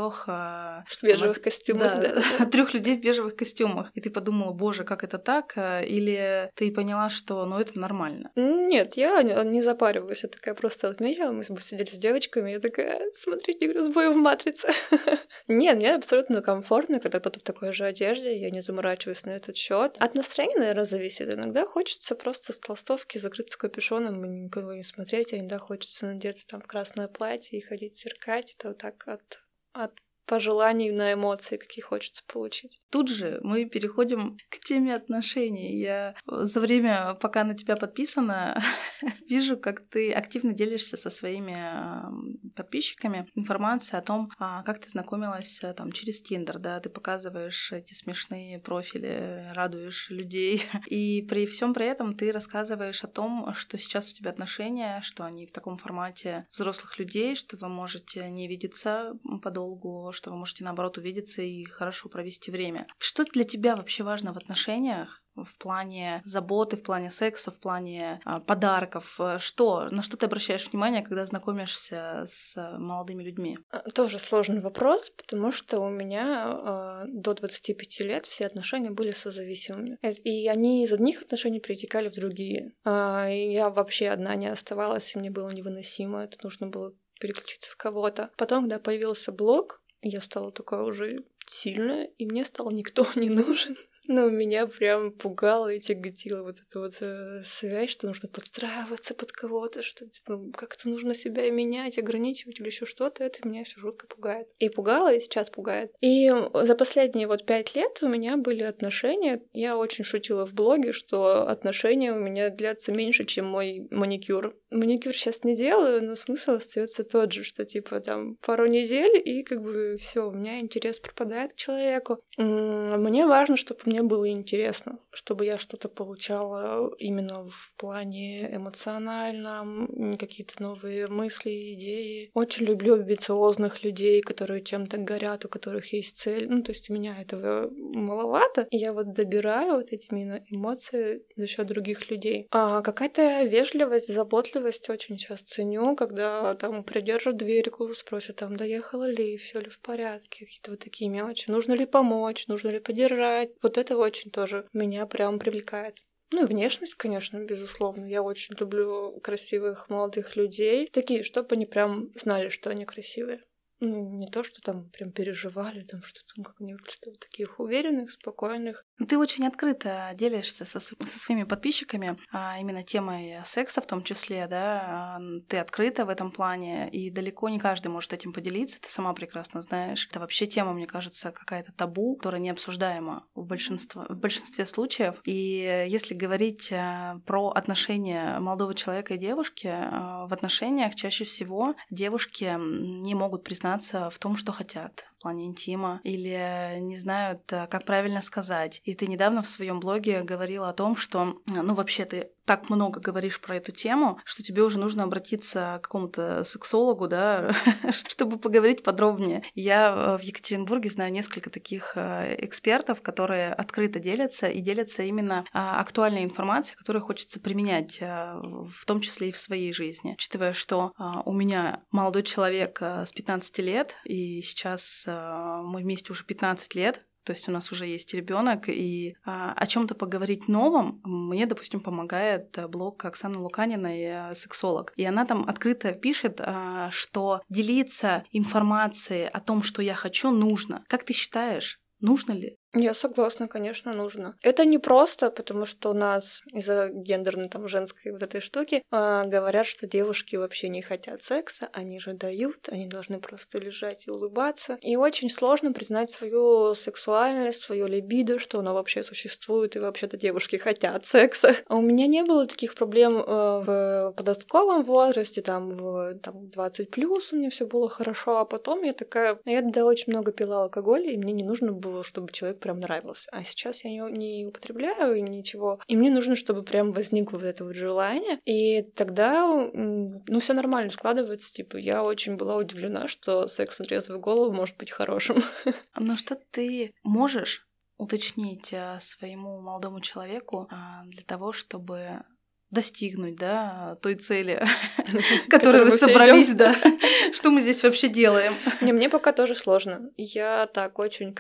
бежевых костюмах, да. 3 людей в бежевых костюмах. И ты подумала, боже, как это так? Или ты поняла, что, ну, это нормально? Нет, я не запариваюсь. Я такая просто отметила. Мы сидели с девочками, я такая, смотрите, игру с боем в матрице. Нет, мне абсолютно комфортно, когда кто-то в такой же одежде, я не заморачиваюсь на этот счет. От настроения, наверное, зависит. Иногда хочется просто в толстовке закрыться капюшоном и никого не смотреть, а иногда хочется надеться там в красное платье и ходить сверкать. Это вот так от пожеланий на эмоции, какие хочется получить. Тут же мы переходим к теме отношений. Я за время, пока на тебя подписана, вижу, как ты активно делишься со своими подписчиками информацией о том, как ты знакомилась там через Тиндер, да, ты показываешь эти смешные профили, радуешь людей. И при всем при этом ты рассказываешь о том, что сейчас у тебя отношения, что они в таком формате взрослых людей, что вы можете не видеться подолгу, что вы можете, наоборот, увидеться и хорошо провести время. Что для тебя вообще важно в отношениях? В плане заботы, в плане секса, в плане подарков? На что ты обращаешь внимание, когда знакомишься с молодыми людьми? Тоже сложный вопрос, потому что у меня до 25 лет все отношения были созависимыми. И они из одних отношений перетекали в другие. И я вообще одна не оставалась, и мне было невыносимо. Это нужно было переключиться в кого-то. Потом, когда появился блог, я стала такая уже сильная, и мне стал никто не нужен. Но меня прям пугало и тяготила вот эта вот связь, что нужно подстраиваться под кого-то, что как-то нужно себя менять, ограничивать или еще что-то. Это меня все жутко пугает. И пугало, и сейчас пугает. И за последние 5 лет у меня были отношения. Я очень шутила в блоге, что отношения у меня длятся меньше, чем мой маникюр. Маникюр сейчас не делаю, но смысл остается тот же, что типа там пару недель, и как бы все, у меня интерес пропадает к человеку. Мне важно, чтобы мне было интересно, чтобы я что-то получала именно в плане эмоциональном, какие-то новые мысли, идеи. Очень люблю амбициозных людей, которые чем-то горят, у которых есть цель. То есть у меня этого маловато. И я вот добираю вот эти именно эмоции за счет других людей. А какая-то вежливость, заботливость очень сейчас ценю, когда там придержат дверьку, спросят там, доехала ли, все ли в порядке, какие-то вот такие мелочи. Нужно ли помочь, нужно ли поддержать. Вот это очень тоже меня прям привлекает. И внешность, конечно, безусловно. Я очень люблю красивых молодых людей. Такие, чтобы они прям знали, что они красивые. Не то, что там прям переживали, там что-то, как они выглядят, что таких уверенных, спокойных. Ты очень открыто делишься со своими подписчиками, именно темой секса в том числе, да, ты открыта в этом плане, и далеко не каждый может этим поделиться, ты сама прекрасно знаешь. Это вообще тема, мне кажется, какая-то табу, которая не обсуждаема в большинстве случаев. И если говорить про отношения молодого человека и девушки, в отношениях чаще всего девушки не могут признаться в том, что хотят в плане интима, или не знают, как правильно сказать. И ты недавно в своем блоге говорила о том, что, вообще ты так много говоришь про эту тему, что тебе уже нужно обратиться к какому-то сексологу, да, чтобы поговорить подробнее. Я в Екатеринбурге знаю несколько таких экспертов, которые открыто делятся и делятся именно актуальной информацией, которую хочется применять, в том числе и в своей жизни. Учитывая, что у меня молодой человек с 15 лет, и сейчас мы вместе уже 15 лет, то есть у нас уже есть ребенок, и о чем-то поговорить новом мне, допустим, помогает блог Оксаны Луканиной «Сексолог». И она там открыто пишет, что делиться информацией о том, что я хочу, нужно. Как ты считаешь, нужно ли? Я согласна, конечно, нужно. Это не просто, потому что у нас из-за гендерной там женской вот этой штуки говорят, что девушки вообще не хотят секса, они же дают, они должны просто лежать и улыбаться. И очень сложно признать свою сексуальность, свою либидо, что она вообще существует, и вообще-то девушки хотят секса. А у меня не было таких проблем в подростковом возрасте, там 20+, у меня все было хорошо, а потом я очень много пила алкоголь, и мне не нужно было, чтобы человек прям нравился. А сейчас я не употребляю ничего. И мне нужно, чтобы прям возникло вот это вот желание. И тогда, все нормально складывается. Типа, я очень была удивлена, что секс на трезвую голову может быть хорошим. Но что ты можешь уточнить своему молодому человеку для того, чтобы достигнуть, да, той цели, которой вы собрались, да. Что мы здесь вообще делаем? Мне пока тоже сложно. Я очень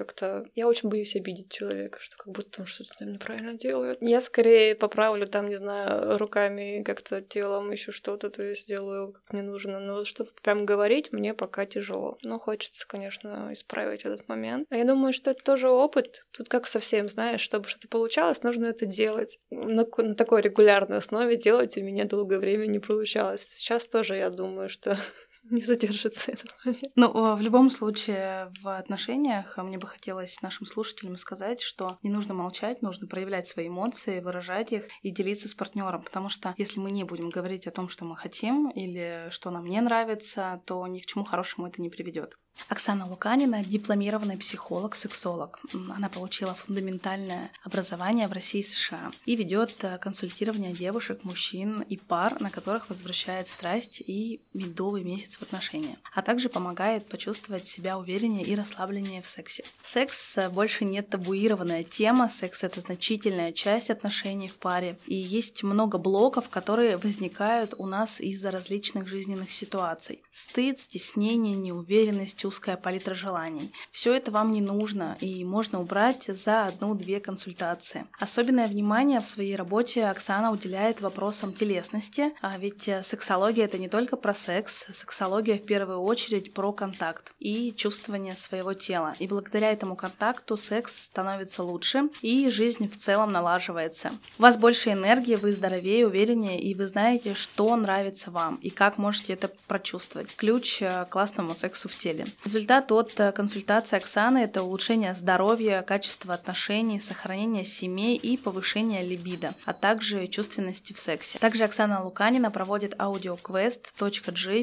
боюсь обидеть человека, что как будто он что-то там неправильно делает. Я скорее поправлю там, не знаю, руками, как-то телом еще что-то, то есть делаю как мне нужно. Но чтобы прям говорить, мне пока тяжело. Но хочется, конечно, исправить этот момент. А я думаю, что это тоже опыт. Тут как совсем, знаешь, чтобы что-то получалось, нужно это делать на такой регулярной основе. Делать у меня долгое время не получалось. Сейчас тоже я думаю, что не задержится этот момент. В любом случае, в отношениях мне бы хотелось нашим слушателям сказать, что не нужно молчать, нужно проявлять свои эмоции, выражать их и делиться с партнером, потому что если мы не будем говорить о том, что мы хотим или что нам не нравится, то ни к чему хорошему это не приведет. Оксана Луканина — дипломированный психолог, сексолог. Она получила фундаментальное образование в России и США и ведет консультирование девушек, мужчин и пар, на которых возвращает страсть и медовый месяц в отношениях, а также помогает почувствовать себя увереннее и расслабленнее в сексе. Секс больше не табуированная тема, секс — это значительная часть отношений в паре, и есть много блоков, которые возникают у нас из-за различных жизненных ситуаций. Стыд, стеснение, неуверенность, узкая палитра желаний. Все это вам не нужно и можно убрать за 1-2 консультации. Особенное внимание в своей работе Оксана уделяет вопросам телесности, а ведь сексология — это не только про секс, сексология в первую очередь про контакт и чувствование своего тела. И благодаря этому контакту секс становится лучше и жизнь в целом налаживается. У вас больше энергии, вы здоровее, увереннее, и вы знаете, что нравится вам и как можете это прочувствовать. Ключ к классному сексу в теле. Результат от консультации Оксаны — это улучшение здоровья, качества отношений, сохранение семей и повышение либидо, а также чувственности в сексе. Также Оксана Луканина проводит аудиоквест .jpik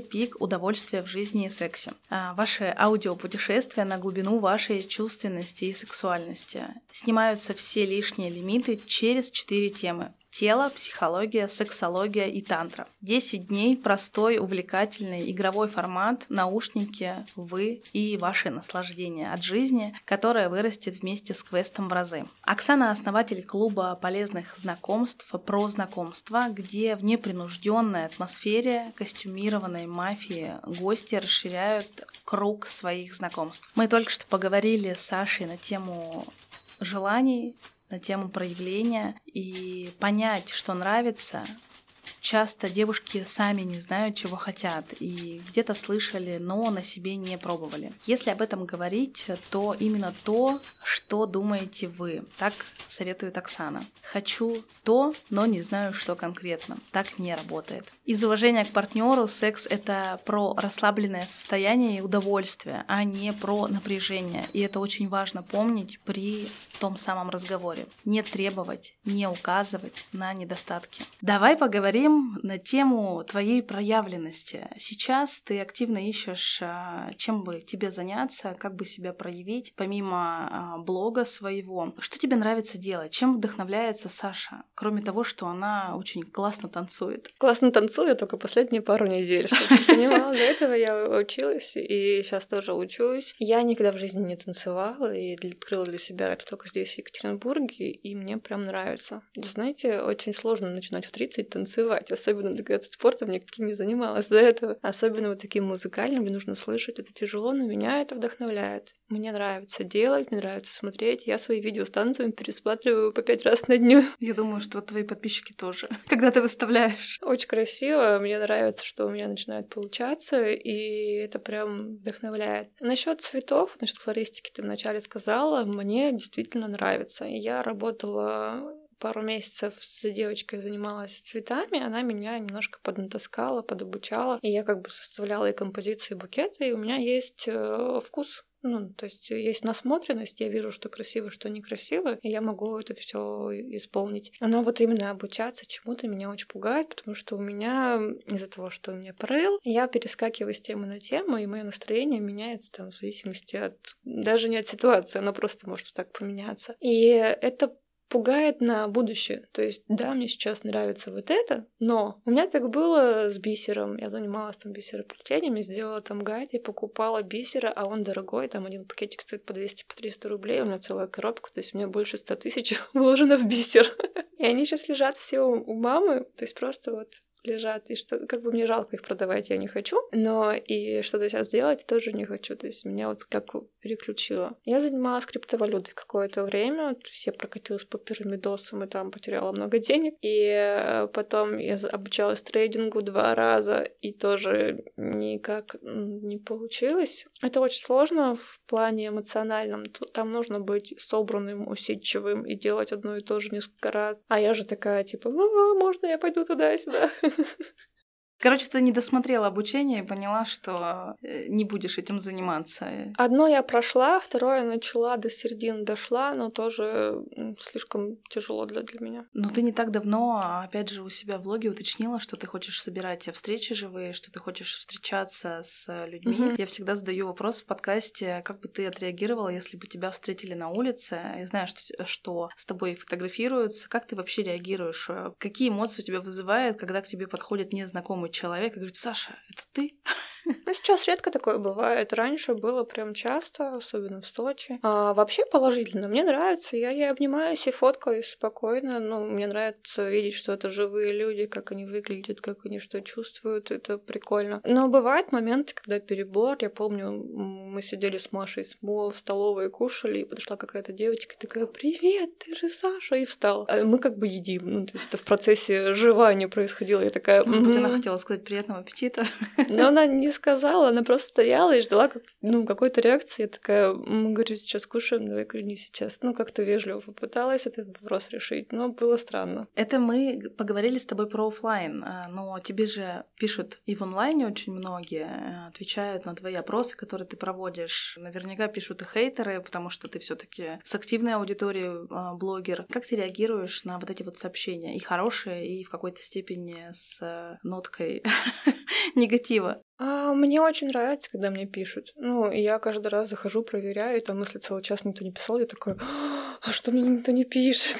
удовольствия в жизни и сексе. Ваши аудиопутешествия на глубину вашей чувственности и сексуальности. Снимаются все лишние лимиты через 4 темы. Тело, психология, сексология и тантра. 10 дней, простой, увлекательный, игровой формат, наушники, вы и ваши наслаждения от жизни, которая вырастет вместе с квестом в разы. Оксана — основатель клуба полезных знакомств про знакомства, где в непринужденной атмосфере костюмированной мафии гости расширяют круг своих знакомств. Мы только что поговорили с Сашей на тему желаний, на тему проявления, и понять, что нравится. Часто девушки сами не знают, чего хотят, и где-то слышали, но на себе не пробовали. Если об этом говорить, то именно то, что думаете вы. Так советует Оксана. Хочу то, но не знаю, что конкретно. Так не работает. Из уважения к партнеру секс — это про расслабленное состояние и удовольствие, а не про напряжение. И это очень важно помнить при том самом разговоре. Не требовать, не указывать на недостатки. Давай поговорим на тему твоей проявленности. Сейчас ты активно ищешь, чем бы тебе заняться, как бы себя проявить, помимо блога своего. Что тебе нравится делать? Чем вдохновляется Саша? Кроме того, что она очень классно танцует. Классно танцую только последние пару недель, чтобы ты понимала. До этого я училась и сейчас тоже учусь. Я никогда в жизни не танцевала и открыла для себя это только здесь, в Екатеринбурге, и мне прям нравится. Знаете, очень сложно начинать в 30 танцевать, особенно когда ты спортом никаким не занималась до этого. Особенно вот таким музыкальным, мне нужно слышать, это тяжело, но меня это вдохновляет. Мне нравится делать, мне нравится смотреть. Я свои видео с танцами пересматриваю по 5 раз на дню. Я думаю, что твои подписчики тоже, когда ты выставляешь. Очень красиво, мне нравится, что у меня начинает получаться, и это прям вдохновляет. Насчет цветов, насчет флористики ты вначале сказала, мне действительно нравится. Я работала пару месяцев с девочкой, занималась цветами, она меня немножко поднатаскала, подобучала, и я как бы составляла и композиции, и букеты, и у меня есть вкус. То есть есть насмотренность, я вижу, что красиво, что некрасиво, и я могу это все исполнить. Но вот именно обучаться чему-то меня очень пугает, потому что у меня из-за того, что у меня порыл, я перескакиваю с темы на тему, и мое настроение меняется там в зависимости от даже не от ситуации, оно просто может так поменяться. И это пугает на будущее. То есть, да, мне сейчас нравится вот это, но у меня так было с бисером. Я занималась там бисероплетением, я сделала там гайд и покупала бисера, а он дорогой, там один пакетик стоит по 200-300 рублей, у меня целая коробка, то есть у меня больше 100 тысяч вложено в бисер. И они сейчас лежат все у мамы, то есть просто вот лежат, и что как бы мне жалко их продавать, я не хочу, но и что-то сейчас делать тоже не хочу, то есть меня вот как переключило. Я занималась криптовалютой какое-то время, то есть я прокатилась по пирамидосам и там потеряла много денег, и потом я обучалась трейдингу 2 раза, и тоже никак не получилось. Это очень сложно в плане эмоциональном, там нужно быть собранным, усидчивым и делать одно и то же несколько раз, а я же такая, типа, можно я пойду туда-сюда? Короче, ты не досмотрела обучение и поняла, что не будешь этим заниматься. Одно я прошла, второе начала, до середины дошла, но тоже слишком тяжело для меня. Но ты не так давно, опять же, у себя в блоге уточнила, что ты хочешь собирать встречи живые, что ты хочешь встречаться с людьми. Я всегда задаю вопрос в подкасте, как бы ты отреагировала, если бы тебя встретили на улице. Я знаю, что с тобой фотографируются. Как ты вообще реагируешь? Какие эмоции у тебя вызывает, когда к тебе подходит незнакомый человек и говорит: Саша, это ты? Ну, сейчас редко такое бывает. Раньше было прям часто, особенно в Сочи. А вообще положительно. Мне нравится. Я ей обнимаюсь и фоткаюсь спокойно. Мне нравится видеть, что это живые люди, как они выглядят, как они что чувствуют. Это прикольно. Но бывают моменты, когда перебор. Я помню, мы сидели с Машей в столовой и кушали, и подошла какая-то девочка и такая: «Привет, ты же Саша!» И встал. А мы как бы едим. То есть это в процессе жевания происходило. Я такая... Может быть, она хотела сказать приятного аппетита? Но она не сказала, она просто стояла и ждала какой-то реакции. Я такая, говорю, сейчас кушаем, давай, говорю, не сейчас. Как-то вежливо попыталась этот вопрос решить, но было странно. Это мы поговорили с тобой про офлайн, но тебе же пишут и в онлайне очень многие, отвечают на твои опросы, которые ты проводишь. Наверняка пишут и хейтеры, потому что ты все-таки с активной аудиторией блогер. Как ты реагируешь на вот эти вот сообщения? И хорошие, и в какой-то степени с ноткой порцией негатива? Мне очень нравится, когда мне пишут. И я каждый раз захожу, проверяю, и там, если целый час никто не писал, я такая, а что мне никто не пишет?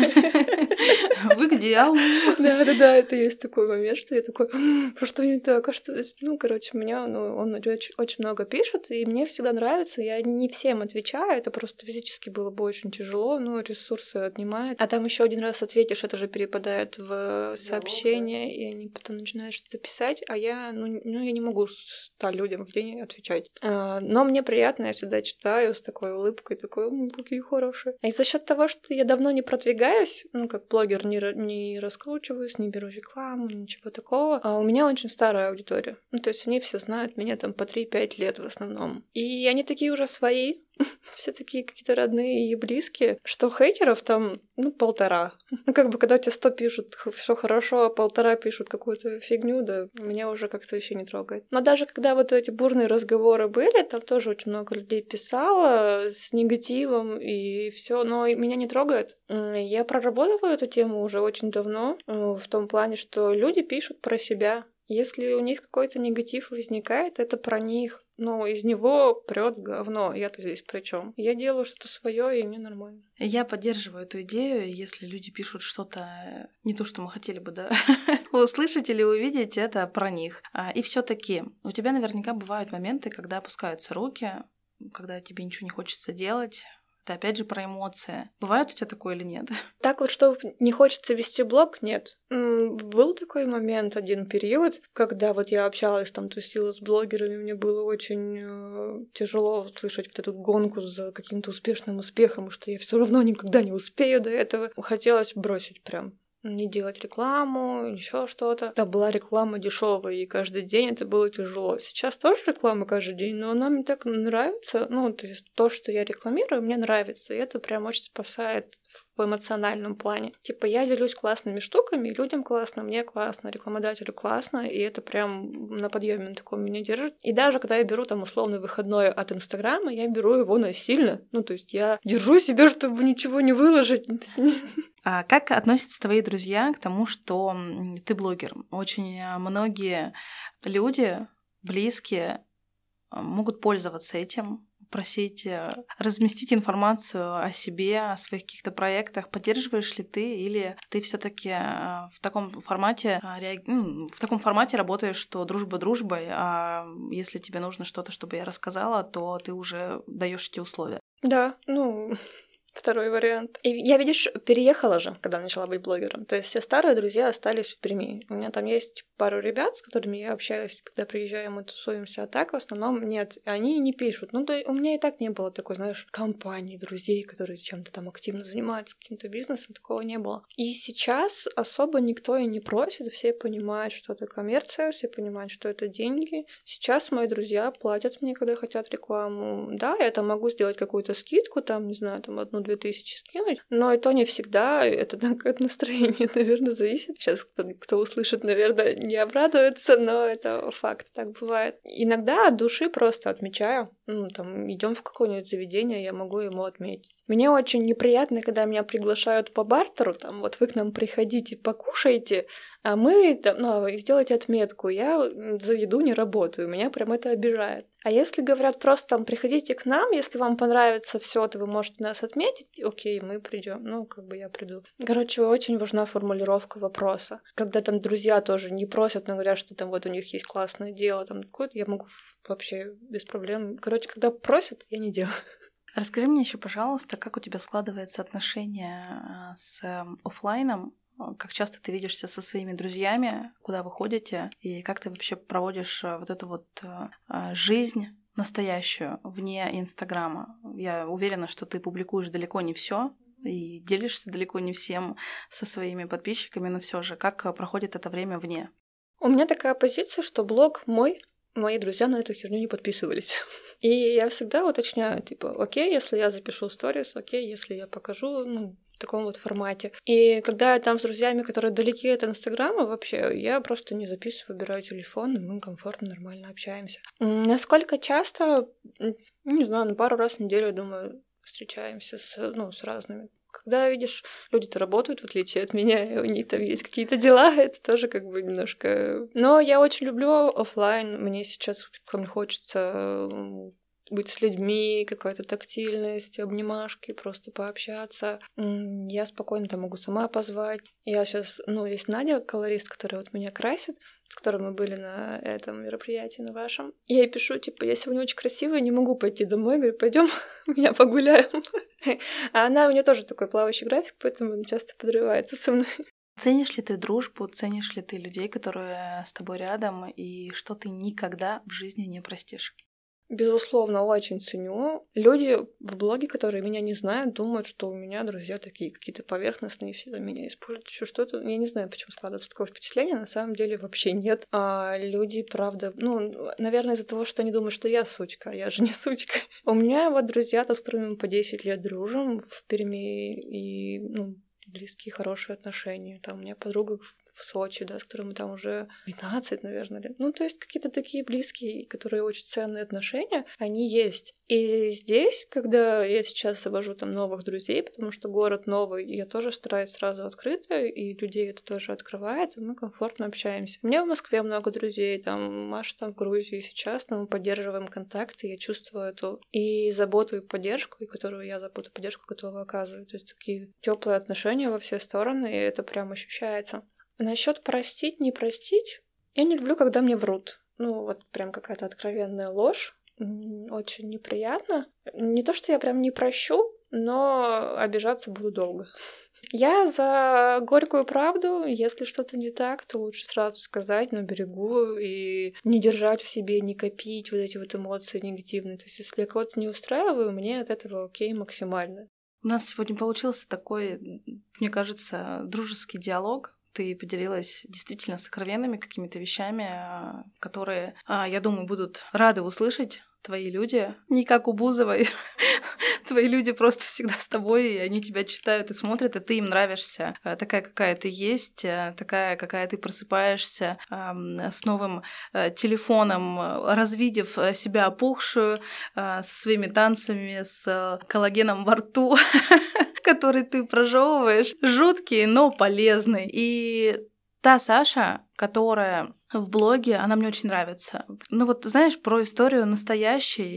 Вы где? Ау? Да, это есть такой момент, что я такой, что не так, а что... меня, он очень много пишет, и мне всегда нравится, я не всем отвечаю, это просто физически было бы очень тяжело, ресурсы отнимает. А там еще один раз ответишь, это же перепадает в сообщение, и они потом начинают что-то писать, а я, я не могу 100 людям в день отвечать. Но мне приятно, я всегда читаю с такой улыбкой, такой, какие хорошие. И за счет того, что я давно не продвигаюсь, как блогер не раскручиваюсь, не беру рекламу, ничего такого, у меня очень старая аудитория. То есть они все знают меня там по 3-5 лет в основном. И они такие уже свои, все такие какие-то родные и близкие, что хейтеров там, 1,5. Когда тебе 100 пишут, все хорошо, а 1,5 пишут какую-то фигню, да, меня уже как-то вообще не трогает. Но даже когда вот эти бурные разговоры были, там тоже очень много людей писало с негативом и все, но меня не трогает. Я проработала эту тему уже очень давно, в том плане, что люди пишут про себя. Если у них какой-то негатив возникает, это про них. Из него прет говно. Я-то здесь при чем? Я делаю что-то свое, и мне нормально. Я поддерживаю эту идею, если люди пишут что-то не то, что мы хотели бы, да, услышать или увидеть, это про них. И все-таки у тебя наверняка бывают моменты, когда опускаются руки, когда тебе ничего не хочется делать. Это опять же про эмоции. Бывает у тебя такое или нет? Так вот, что не хочется вести блог, нет. Был такой момент, один период, когда вот я общалась, там тусила с блогерами, мне было очень тяжело слышать вот эту гонку за каким-то успешным успехом, что я все равно никогда не успею до этого. Хотелось бросить прям. Не делать рекламу, еще что-то. Да, была реклама дешевая, и каждый день это было тяжело. Сейчас тоже реклама каждый день, но она мне так нравится. То есть то, что я рекламирую, мне нравится, и это прям очень спасает в эмоциональном плане. Типа, я делюсь классными штуками, людям классно, мне классно, рекламодателю классно, и это прям на подъеме таком меня держит. И даже когда я беру там условный выходной от Инстаграма, я беру его насильно. То есть я держу себя, чтобы ничего не выложить. А как относятся твои друзья к тому, что ты блогер? Очень многие люди, близкие, могут пользоваться этим, просить разместить информацию о себе, о своих каких-то проектах. Поддерживаешь ли ты, или ты все-таки в таком формате работаешь, что дружба дружбой, а если тебе нужно что-то, чтобы я рассказала, то ты уже даешь эти условия? Да, второй вариант. И я, видишь, переехала же, когда начала быть блогером. То есть все старые друзья остались в Перми. У меня там есть пару ребят, с которыми я общаюсь, когда приезжаем, мы тусуемся, а так в основном нет. Они не пишут. То есть у меня и так не было такой, знаешь, компании друзей, которые чем-то там активно занимаются, каким-то бизнесом, такого не было. И сейчас особо никто и не просит, все понимают, что это коммерция, все понимают, что это деньги. Сейчас мои друзья платят мне, когда хотят рекламу. Да, я там могу сделать какую-то скидку, там, не знаю, там 1-2 тысячи скинуть, но это не всегда, это так от настроения, наверное, зависит. Сейчас кто услышит, наверное, не обрадуется, но это факт, так бывает. Иногда от души просто отмечаю, там, идем в какое-нибудь заведение, я могу ему отметить. Мне очень неприятно, когда меня приглашают по бартеру, там, вот вы к нам приходите, покушайте, а мы там, сделайте отметку, я за еду не работаю, меня прям это обижает. А если говорят просто там, приходите к нам, если вам понравится все, то вы можете нас отметить, окей, мы придем, я приду. Короче, очень важна формулировка вопроса. Когда там друзья тоже не просят, но говорят, что там вот у них есть классное дело, там какое-то, я могу вообще без проблем. Короче, когда просят, я не делаю. Расскажи мне еще, пожалуйста, как у тебя складывается отношение с офлайном? Как часто ты видишься со своими друзьями, куда вы ходите, и как ты вообще проводишь вот эту вот жизнь настоящую вне Инстаграма? Я уверена, что ты публикуешь далеко не все и делишься далеко не всем со своими подписчиками, но все же, как проходит это время вне? У меня такая позиция, что блог мой, мои друзья на эту херню не подписывались. И я всегда уточняю, окей, если я запишу сторис, окей, если я покажу, в таком вот формате. И когда я там с друзьями, которые далеки от Инстаграма вообще, я просто не записываю, выбираю телефон, и мы комфортно, нормально общаемся. Насколько часто, не знаю, пару раз в неделю, я думаю, встречаемся с разными. Когда, видишь, люди-то работают, в отличие от меня, и у них там есть какие-то дела, это тоже как бы немножко... Но я очень люблю офлайн. Мне сейчас хочется быть с людьми, какая-то тактильность, обнимашки, просто пообщаться. Я спокойно там могу сама позвать. Я сейчас, есть Надя, колорист, которая вот меня красит, с которой мы были на этом мероприятии, на вашем. Я ей пишу, типа, я сегодня очень красивая, не могу пойти домой. Говорю, пойдем, меня погуляем. А у нее тоже такой плавающий график, поэтому она часто подрывается со мной. Ценишь ли ты дружбу, ценишь ли ты людей, которые с тобой рядом, и что ты никогда в жизни не простишь? Безусловно, очень ценю. Люди в блоге, которые меня не знают, думают, что у меня друзья такие какие-то поверхностные, все меня используют, еще что-то. Я не знаю, почему складывается такое впечатление, на самом деле вообще нет. А люди, правда, наверное, из-за того, что они думают, что я сучка, а я же не сучка. У меня вот друзья, с которыми мы по 10 лет дружим в Перми, и, близкие, хорошие отношения. Там у меня подруга в Сочи, с которой мы там уже 15, наверное, лет. То есть какие-то такие близкие, которые очень ценные отношения, они есть. И здесь, когда я сейчас завожу там новых друзей, потому что город новый, я тоже стараюсь сразу открыто, и людей это тоже открывает, и мы комфортно общаемся. У меня в Москве много друзей, там Маша там в Грузии сейчас, но мы поддерживаем контакты, я чувствую эту и заботу, и поддержку, и которую я заботу, поддержку готова оказывать. То есть такие теплые отношения во все стороны, и это прям ощущается. Насчет простить, не простить, я не люблю, когда мне врут. Вот прям какая-то откровенная ложь. Очень неприятно. Не то, что я прям не прощу, но обижаться буду долго. Я за горькую правду. Если что-то не так, то лучше сразу сказать на берегу и не держать в себе, не копить вот эти вот эмоции негативные. То есть если я кого-то не устраиваю, мне от этого окей максимально. У нас сегодня получился такой, мне кажется, дружеский диалог. Ты поделилась действительно сокровенными какими-то вещами, которые, я думаю, будут рады услышать твои люди. Не как у Бузовой. Твои люди просто всегда с тобой, и они тебя читают и смотрят, и ты им нравишься. Такая, какая ты есть, такая, какая ты просыпаешься с новым телефоном, развидев себя опухшую, со своими танцами, с коллагеном во рту, который ты прожевываешь. Жуткий, но полезный. И та Саша, которая в блоге, она мне очень нравится. Знаешь, про историю настоящей,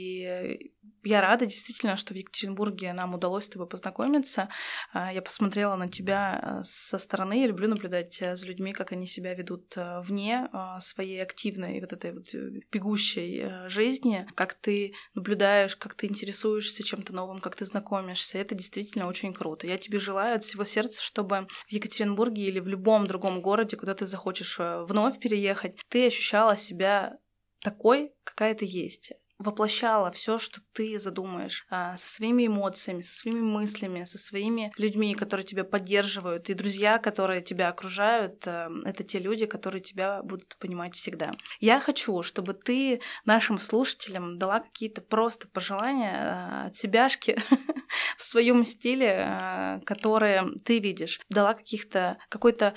и я рада действительно, что в Екатеринбурге нам удалось с тобой познакомиться. Я посмотрела на тебя со стороны. Я люблю наблюдать за людьми, как они себя ведут вне своей активной вот этой вот бегущей жизни, как ты наблюдаешь, как ты интересуешься чем-то новым, как ты знакомишься. Это действительно очень круто. Я тебе желаю от всего сердца, чтобы в Екатеринбурге или в любом другом городе, куда ты захочешь вновь переехать, ты ощущала себя такой, какая ты есть. Воплощала все, что ты задумаешь, со своими эмоциями, со своими мыслями, со своими людьми, которые тебя поддерживают, и друзья, которые тебя окружают, это те люди, которые тебя будут понимать всегда. Я хочу, чтобы ты нашим слушателям дала какие-то просто пожелания от себяшки в своем стиле, которые ты видишь, дала какое-то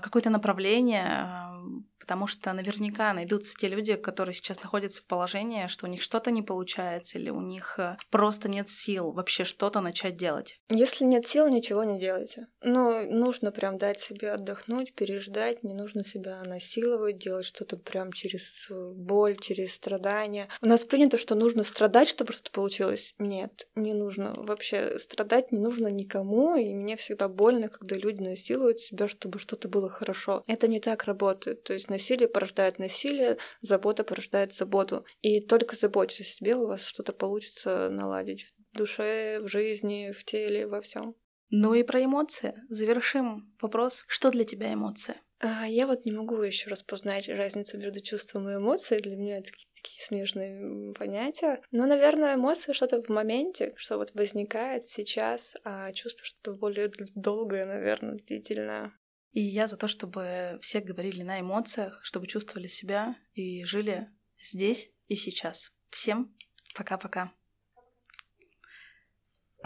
направление, потому что наверняка найдутся те люди, которые сейчас находятся в положении, что у них что-то не получается, или у них просто нет сил вообще что-то начать делать. Если нет сил, ничего не делайте. Нужно прям дать себе отдохнуть, переждать, не нужно себя насиловать, делать что-то прям через боль, через страдания. У нас принято, что нужно страдать, чтобы что-то получилось. Нет, не нужно. Вообще страдать не нужно никому, и мне всегда больно, когда люди насилуют себя, чтобы что-то было хорошо. Это не так работает. То есть насилие порождает насилие, забота порождает заботу. И только заботьтесь о себе, у вас что-то получится наладить в душе, в жизни, в теле, во всем. И про эмоции. Завершим вопрос. Что для тебя эмоции? Я не могу еще распознать разницу между чувством и эмоцией. Для меня это такие смежные понятия. Но, наверное, эмоции что-то в моменте, что возникает сейчас, а чувство что-то более долгое, наверное, длительное. И я за то, чтобы все говорили на эмоциях, чтобы чувствовали себя и жили здесь и сейчас. Всем пока-пока.